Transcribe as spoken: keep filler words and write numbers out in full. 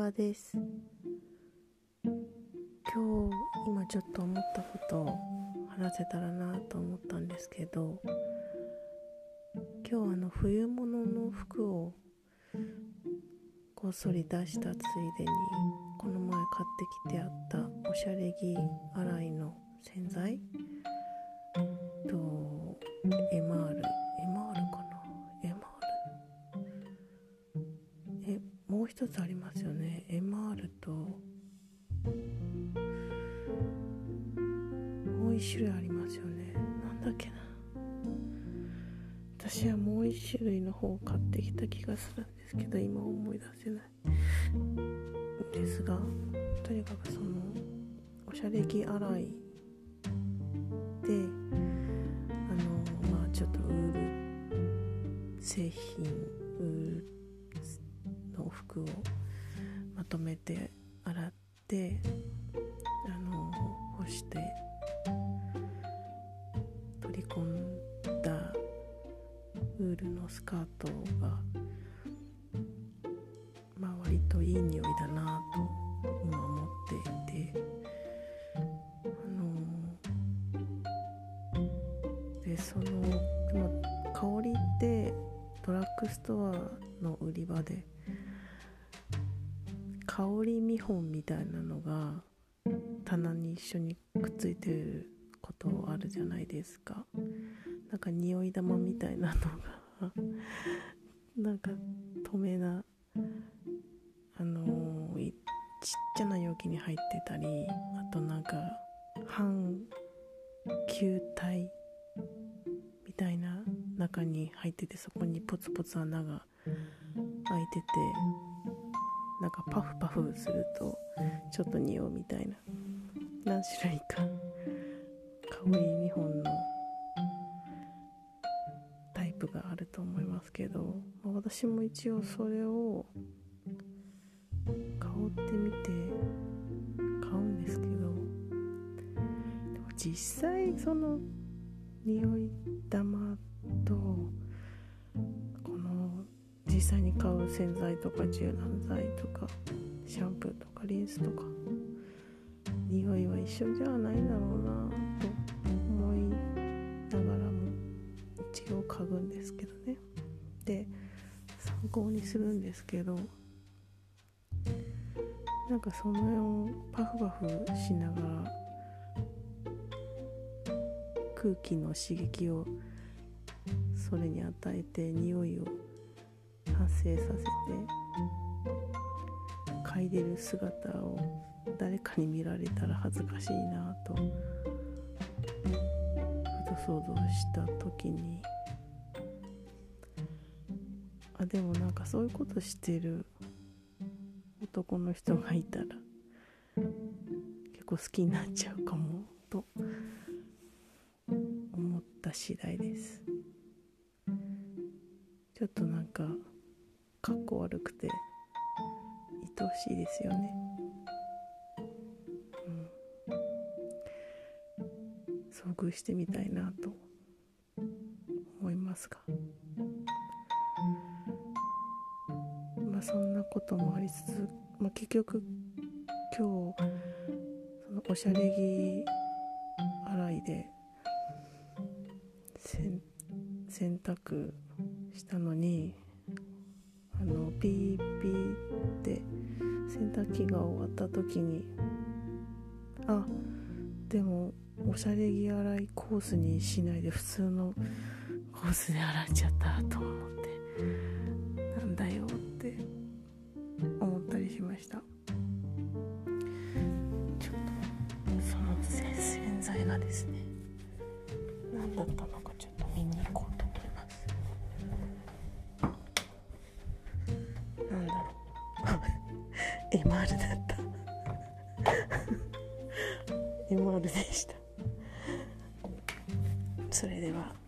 はです。今日今ちょっと思ったことを話せたらなと思ったんですけど、今日あの冬物の服をこっそり出したついでに、この前買ってきてあったおしゃれ着洗いの洗剤とエマールエマールかなエマールえもう一つありますよね。エマールともう一種類ありますよね。なんだっけな。私はもう一種類の方を買ってきた気がするんですけど、今思い出せないですが、とにかくそのおしゃれ着洗いで、あのまあちょっとウール製品ウールの服をまとめて洗ってあの干して取り込んだウールのスカートが、まあ、割といい匂いだなと今思っていて、あのでそのでも香りってドラッグストアの売り場で香り見本みたいなのが棚に一緒にくっついてることあるじゃないですか。なんか匂い玉みたいなのがなんか透明なあのー、ちっちゃな容器に入ってたり、あとなんか半球体みたいな中に入ってて、そこにポツポツ穴が開いてて、なんかパフパフするとちょっと匂うみたいな、何種類か香り見本のタイプがあると思いますけど、まあ、私も一応それを香ってみて買うんですけど、でも実際その匂い玉とこの実際に買う洗剤とか柔軟剤とかシャンプーとかリンスとか匂いは一緒じゃないだろうなと思いながらも一応嗅ぐんですけどね。で参考にするんですけど、なんかその辺をパフパフしながら空気の刺激をそれに与えて匂いを発生させて嗅いでる姿を誰かに見られたら恥ずかしいなとふと想像した時に、あでもなんかそういうことしてる男の人がいたら結構好きになっちゃうかもと思った次第です。ちょっとなんかかっこ悪くて愛おしいですよね、うん、遭遇してみたいなと思いますが、まあそんなこともありつつ、まあ、結局今日そのおしゃれ着洗いで洗濯したのに、あのピーピーって洗濯機が終わった時に、あでもおしゃれ着洗いコースにしないで普通のコースで洗っちゃったと思って、なんだよって思ったりしました。ちょっとその洗剤がですね、何だったのかちょっと見に行こうと思います。なんだろうエマールだったエマールでした。それでは